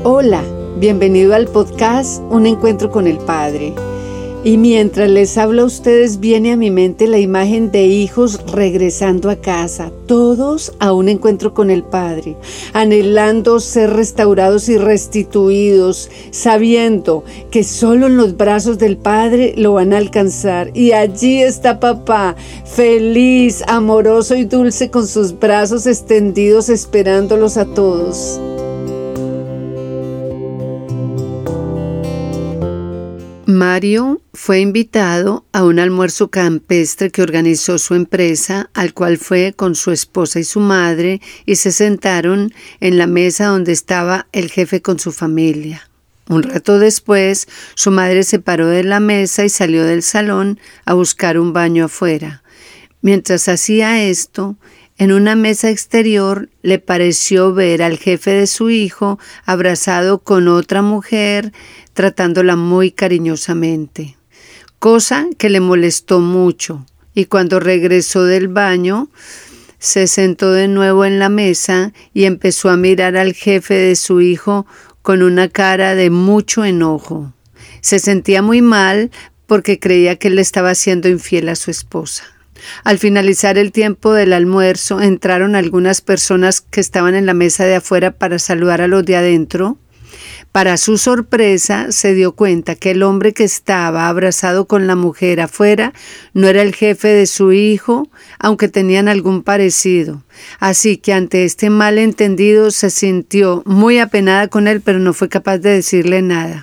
Hola, bienvenido al podcast Un Encuentro con el Padre. Y mientras les hablo a ustedes, viene a mi mente la imagen de hijos regresando a casa, todos a un encuentro con el Padre, anhelando ser restaurados y restituidos, sabiendo que solo en los brazos del Padre lo van a alcanzar. Y allí está papá, feliz, amoroso y dulce, con sus brazos extendidos, esperándolos a todos. Mario fue invitado a un almuerzo campestre que organizó su empresa, al cual fue con su esposa y su madre, y se sentaron en la mesa donde estaba el jefe con su familia. Un rato después, su madre se paró de la mesa y salió del salón a buscar un baño afuera. Mientras hacía esto, en una mesa exterior le pareció ver al jefe de su hijo abrazado con otra mujer, tratándola muy cariñosamente, cosa que le molestó mucho, y cuando regresó del baño, se sentó de nuevo en la mesa y empezó a mirar al jefe de su hijo con una cara de mucho enojo. Se sentía muy mal porque creía que él le estaba siendo infiel a su esposa. Al finalizar el tiempo del almuerzo, entraron algunas personas que estaban en la mesa de afuera para saludar a los de adentro. Para su sorpresa, se dio cuenta que el hombre que estaba abrazado con la mujer afuera no era el jefe de su hijo, aunque tenían algún parecido. Así que ante este malentendido se sintió muy apenada con él, pero no fue capaz de decirle nada.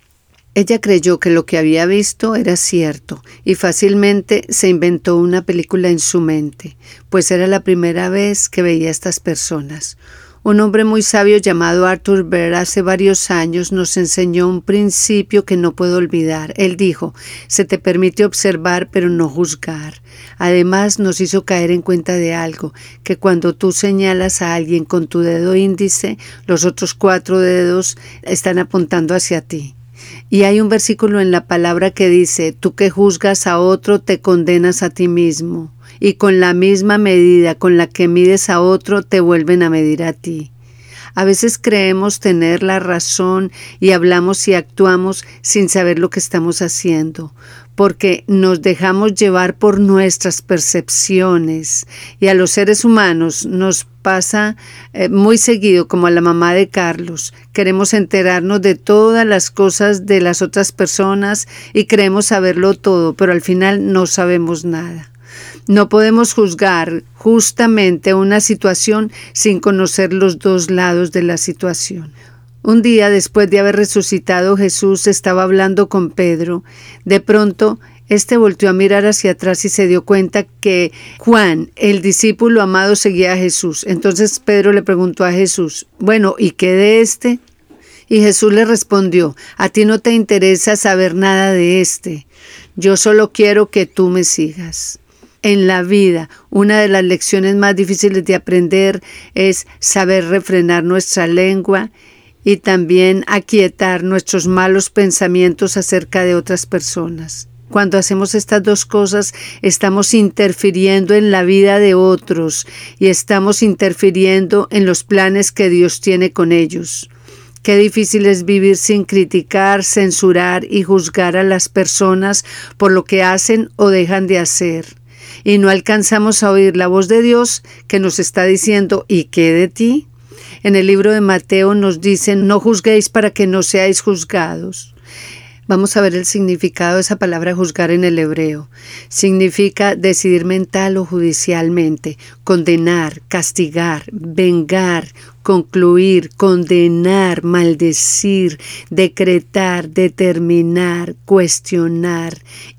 Ella creyó que lo que había visto era cierto y fácilmente se inventó una película en su mente, pues era la primera vez que veía a estas personas. Un hombre muy sabio llamado Arthur Baer hace varios años nos enseñó un principio que no puedo olvidar. Él dijo: se te permite observar pero no juzgar. Además nos hizo caer en cuenta de algo, que cuando tú señalas a alguien con tu dedo índice, los otros 4 dedos están apuntando hacia ti. Y hay un versículo en la palabra que dice: tú que juzgas a otro te condenas a ti mismo, y con la misma medida con la que mides a otro te vuelven a medir a ti. A veces creemos tener la razón y hablamos y actuamos sin saber lo que estamos haciendo, porque nos dejamos llevar por nuestras percepciones, y a los seres humanos nos pasa muy seguido, como a la mamá de Carlos. Queremos enterarnos de todas las cosas de las otras personas y creemos saberlo todo, pero al final no sabemos nada. No podemos juzgar justamente una situación sin conocer los dos lados de la situación. Un día, después de haber resucitado, Jesús estaba hablando con Pedro. De pronto, este volteó a mirar hacia atrás y se dio cuenta que Juan, el discípulo amado, seguía a Jesús. Entonces Pedro le preguntó a Jesús: bueno, ¿y qué de este? Y Jesús le respondió: a ti no te interesa saber nada de este. Yo solo quiero que tú me sigas. En la vida, una de las lecciones más difíciles de aprender es saber refrenar nuestra lengua y también aquietar nuestros malos pensamientos acerca de otras personas. Cuando hacemos estas dos cosas, estamos interfiriendo en la vida de otros y estamos interfiriendo en los planes que Dios tiene con ellos. Qué difícil es vivir sin criticar, censurar y juzgar a las personas por lo que hacen o dejan de hacer. Y no alcanzamos a oír la voz de Dios que nos está diciendo: ¿y qué de ti? En el libro de Mateo nos dicen: no juzguéis para que no seáis juzgados. Vamos a ver el significado de esa palabra juzgar en el hebreo. Significa decidir mental o judicialmente, condenar, castigar, vengar, concluir, condenar, maldecir, decretar, determinar, cuestionar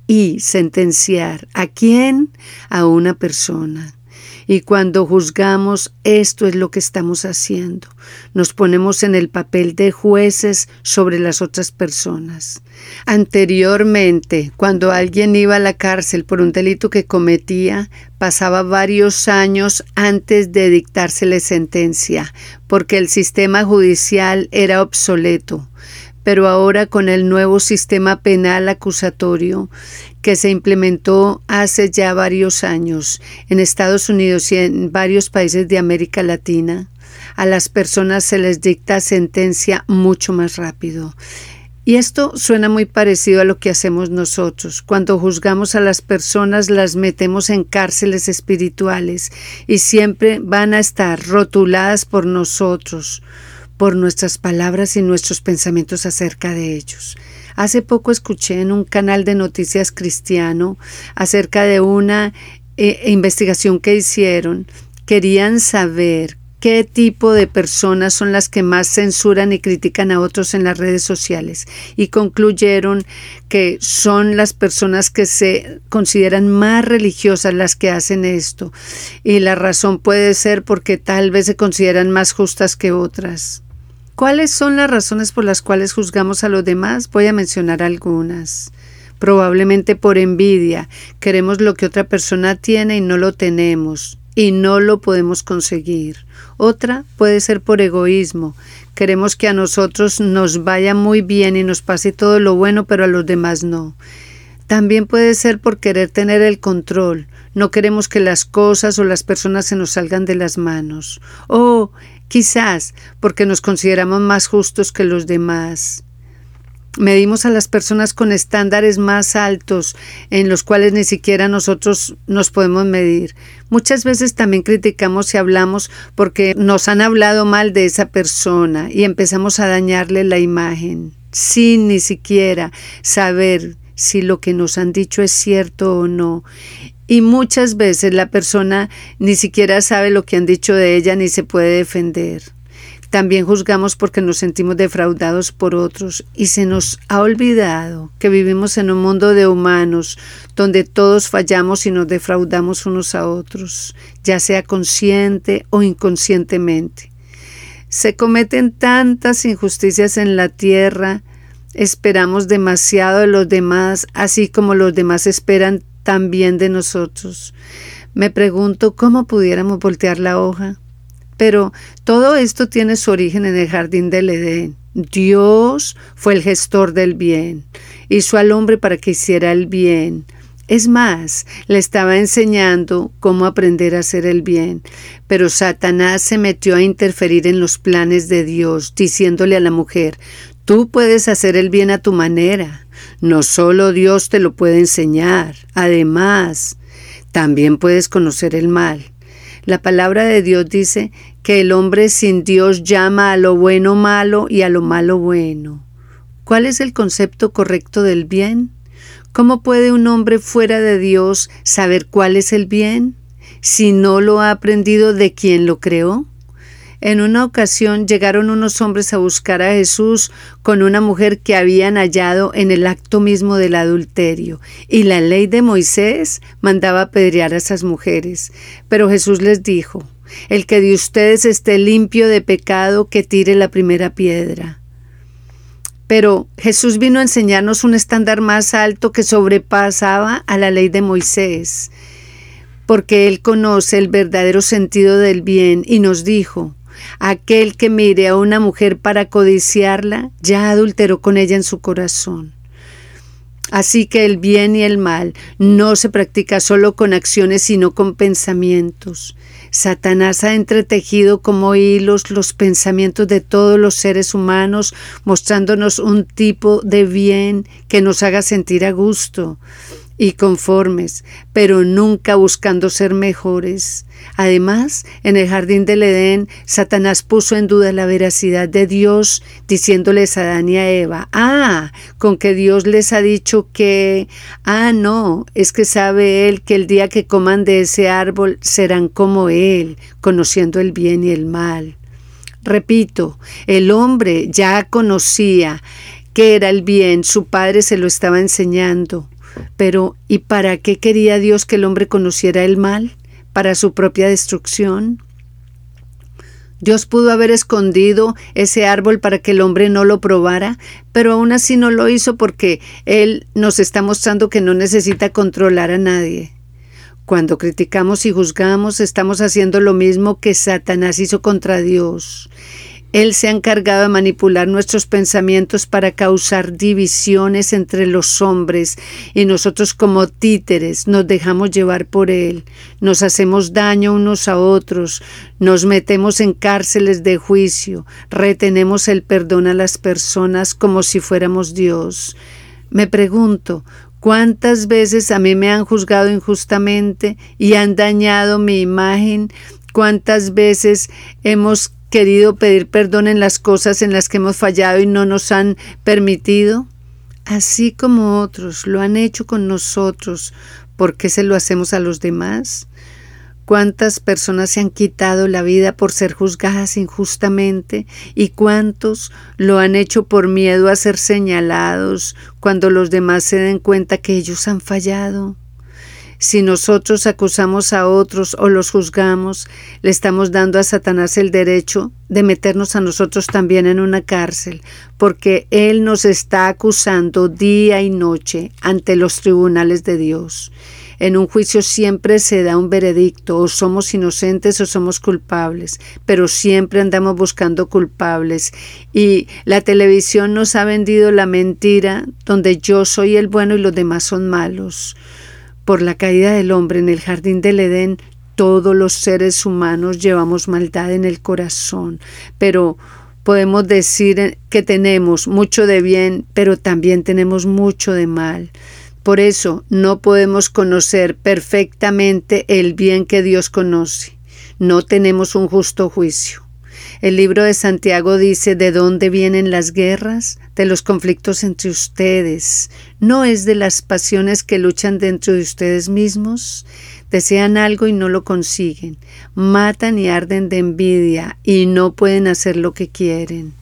y sentenciar. ¿A quién? A una persona. Y cuando juzgamos, esto es lo que estamos haciendo. Nos ponemos en el papel de jueces sobre las otras personas. Anteriormente, cuando alguien iba a la cárcel por un delito que cometía, pasaba varios años antes de dictársele sentencia, porque el sistema judicial era obsoleto. pero ahora con el nuevo sistema penal acusatorio que se implementó hace ya varios años en Estados Unidos y en varios países de América Latina, a las personas se les dicta sentencia mucho más rápido. Y esto suena muy parecido a lo que hacemos nosotros. Cuando juzgamos a las personas, las metemos en cárceles espirituales y siempre van a estar rotuladas por nosotros, por nuestras palabras y nuestros pensamientos acerca de ellos. Hace poco escuché en un canal de noticias cristiano acerca de una investigación que hicieron. Querían saber qué tipo de personas son las que más censuran y critican a otros en las redes sociales, y concluyeron que son las personas que se consideran más religiosas las que hacen esto, y la razón puede ser porque tal vez se consideran más justas que otras. ¿Cuáles son las razones por las cuales juzgamos a los demás? Voy a mencionar algunas. Probablemente por envidia. Queremos lo que otra persona tiene y no lo tenemos, y no lo podemos conseguir. Otra puede ser por egoísmo. Queremos que a nosotros nos vaya muy bien y nos pase todo lo bueno, pero a los demás no. También puede ser por querer tener el control. No queremos que las cosas o las personas se nos salgan de las manos. O quizás porque nos consideramos más justos que los demás. Medimos a las personas con estándares más altos en los cuales ni siquiera nosotros nos podemos medir. Muchas veces también criticamos y hablamos porque nos han hablado mal de esa persona y empezamos a dañarle la imagen, sin ni siquiera saber si lo que nos han dicho es cierto o no. Y muchas veces la persona ni siquiera sabe lo que han dicho de ella ni se puede defender. También juzgamos porque nos sentimos defraudados por otros y se nos ha olvidado que vivimos en un mundo de humanos donde todos fallamos y nos defraudamos unos a otros, ya sea consciente o inconscientemente. Se cometen tantas injusticias en la tierra, esperamos demasiado de los demás, así como los demás esperan también de nosotros. Me pregunto cómo pudiéramos voltear la hoja. Pero todo esto tiene su origen en el jardín del Edén. Dios fue el gestor del bien. Hizo al hombre para que hiciera el bien. Es más, le estaba enseñando cómo aprender a hacer el bien. Pero Satanás se metió a interferir en los planes de Dios, diciéndole a la mujer: tú puedes hacer el bien a tu manera. No solo Dios te lo puede enseñar. Además, también puedes conocer el mal. La palabra de Dios dice que el hombre sin Dios llama a lo bueno malo y a lo malo bueno. ¿Cuál es el concepto correcto del bien? ¿Cómo puede un hombre fuera de Dios saber cuál es el bien si no lo ha aprendido de quien lo creó? En una ocasión llegaron unos hombres a buscar a Jesús con una mujer que habían hallado en el acto mismo del adulterio, y la ley de Moisés mandaba apedrear a esas mujeres. Pero Jesús les dijo: el que de ustedes esté limpio de pecado, que tire la primera piedra. Pero Jesús vino a enseñarnos un estándar más alto que sobrepasaba a la ley de Moisés, porque Él conoce el verdadero sentido del bien y nos dijo: aquel que mire a una mujer para codiciarla, ya adulteró con ella en su corazón. Así que el bien y el mal no se practica solo con acciones, sino con pensamientos. Satanás ha entretejido como hilos los pensamientos de todos los seres humanos, mostrándonos un tipo de bien que nos haga sentir a gusto y conformes, pero nunca buscando ser mejores. Además, en el jardín del Edén, Satanás puso en duda la veracidad de Dios, diciéndoles a Adán y a Eva: con que Dios les ha dicho que, no, es que sabe Él que el día que coman de ese árbol serán como Él, conociendo el bien y el mal. Repito, el hombre ya conocía qué era el bien, su padre se lo estaba enseñando. Pero, ¿y para qué quería Dios que el hombre conociera el mal? ¿Para su propia destrucción? Dios pudo haber escondido ese árbol para que el hombre no lo probara, pero aún así no lo hizo porque Él nos está mostrando que no necesita controlar a nadie. Cuando criticamos y juzgamos, estamos haciendo lo mismo que Satanás hizo contra Dios. Él se ha encargado de manipular nuestros pensamientos para causar divisiones entre los hombres y nosotros como títeres nos dejamos llevar por él, nos hacemos daño unos a otros, nos metemos en cárceles de juicio, retenemos el perdón a las personas como si fuéramos Dios. Me pregunto, ¿cuántas veces a mí me han juzgado injustamente y han dañado mi imagen? ¿Cuántas veces hemos querido pedir perdón en las cosas en las que hemos fallado y no nos han permitido? Así como otros lo han hecho con nosotros, ¿por qué se lo hacemos a los demás? ¿Cuántas personas se han quitado la vida por ser juzgadas injustamente? ¿Y cuántos lo han hecho por miedo a ser señalados cuando los demás se den cuenta que ellos han fallado? Si nosotros acusamos a otros o los juzgamos, le estamos dando a Satanás el derecho de meternos a nosotros también en una cárcel, porque él nos está acusando día y noche ante los tribunales de Dios. En un juicio siempre se da un veredicto, o somos inocentes o somos culpables, pero siempre andamos buscando culpables. Y la televisión nos ha vendido la mentira donde yo soy el bueno y los demás son malos. Por la caída del hombre en el jardín del Edén, todos los seres humanos llevamos maldad en el corazón, pero podemos decir que tenemos mucho de bien, pero también tenemos mucho de mal. Por eso no podemos conocer perfectamente el bien que Dios conoce. No tenemos un justo juicio. El libro de Santiago dice: ¿de dónde vienen las guerras? De los conflictos entre ustedes. ¿No es de las pasiones que luchan dentro de ustedes mismos? Desean algo y no lo consiguen. Matan y arden de envidia y no pueden hacer lo que quieren.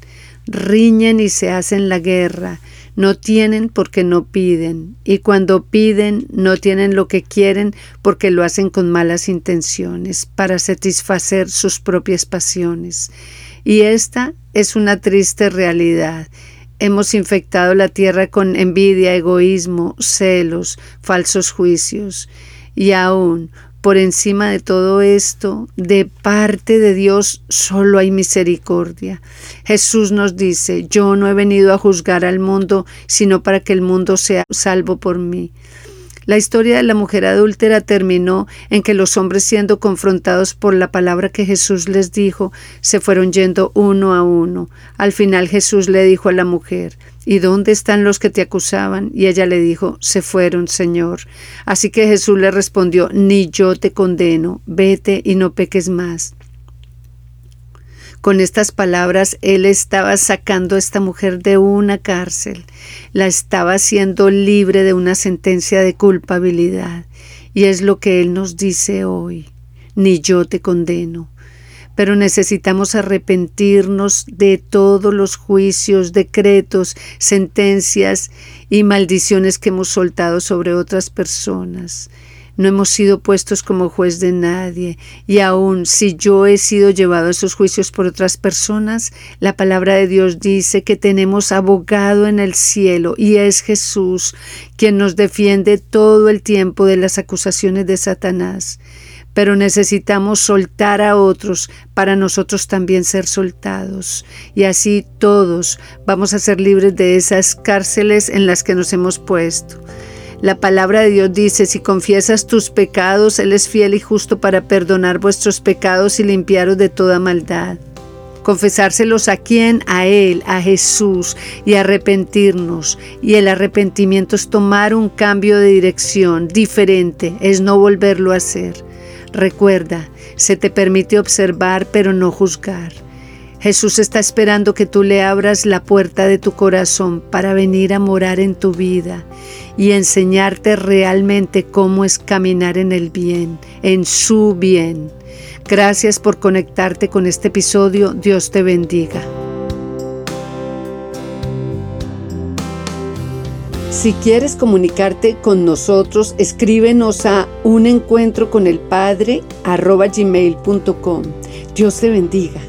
Riñen y se hacen la guerra. No tienen porque no piden, y cuando piden no tienen lo que quieren porque lo hacen con malas intenciones, para satisfacer sus propias pasiones. Y esta es una triste realidad. Hemos infectado la tierra con envidia, egoísmo, celos, falsos juicios. Y aún, por encima de todo esto, de parte de Dios solo hay misericordia. Jesús nos dice: yo no he venido a juzgar al mundo, sino para que el mundo sea salvo por mí. La historia de la mujer adúltera terminó en que los hombres, siendo confrontados por la palabra que Jesús les dijo, se fueron yendo uno a uno. Al final Jesús le dijo a la mujer: ¿y dónde están los que te acusaban? Y ella le dijo: se fueron, Señor. Así que Jesús le respondió: ni yo te condeno, vete y no peques más. Con estas palabras, él estaba sacando a esta mujer de una cárcel, la estaba haciendo libre de una sentencia de culpabilidad. Y es lo que él nos dice hoy: ni yo te condeno. Pero necesitamos arrepentirnos de todos los juicios, decretos, sentencias y maldiciones que hemos soltado sobre otras personas. No hemos sido puestos como juez de nadie, y aun si yo he sido llevado a esos juicios por otras personas, la palabra de Dios dice que tenemos abogado en el cielo, y es Jesús quien nos defiende todo el tiempo de las acusaciones de Satanás. Pero necesitamos soltar a otros para nosotros también ser soltados, y así todos vamos a ser libres de esas cárceles en las que nos hemos puesto. La palabra de Dios dice: si confiesas tus pecados, Él es fiel y justo para perdonar vuestros pecados y limpiaros de toda maldad. Confesárselos ¿a quién? A Él, a Jesús, y arrepentirnos. Y el arrepentimiento es tomar un cambio de dirección diferente, es no volverlo a hacer. Recuerda, se te permite observar pero no juzgar. Jesús está esperando que tú le abras la puerta de tu corazón para venir a morar en tu vida y enseñarte realmente cómo es caminar en el bien, en su bien. Gracias por conectarte con este episodio. Dios te bendiga. Si quieres comunicarte con nosotros, escríbenos a unencuentroconelpadre@gmail.com. Dios te bendiga.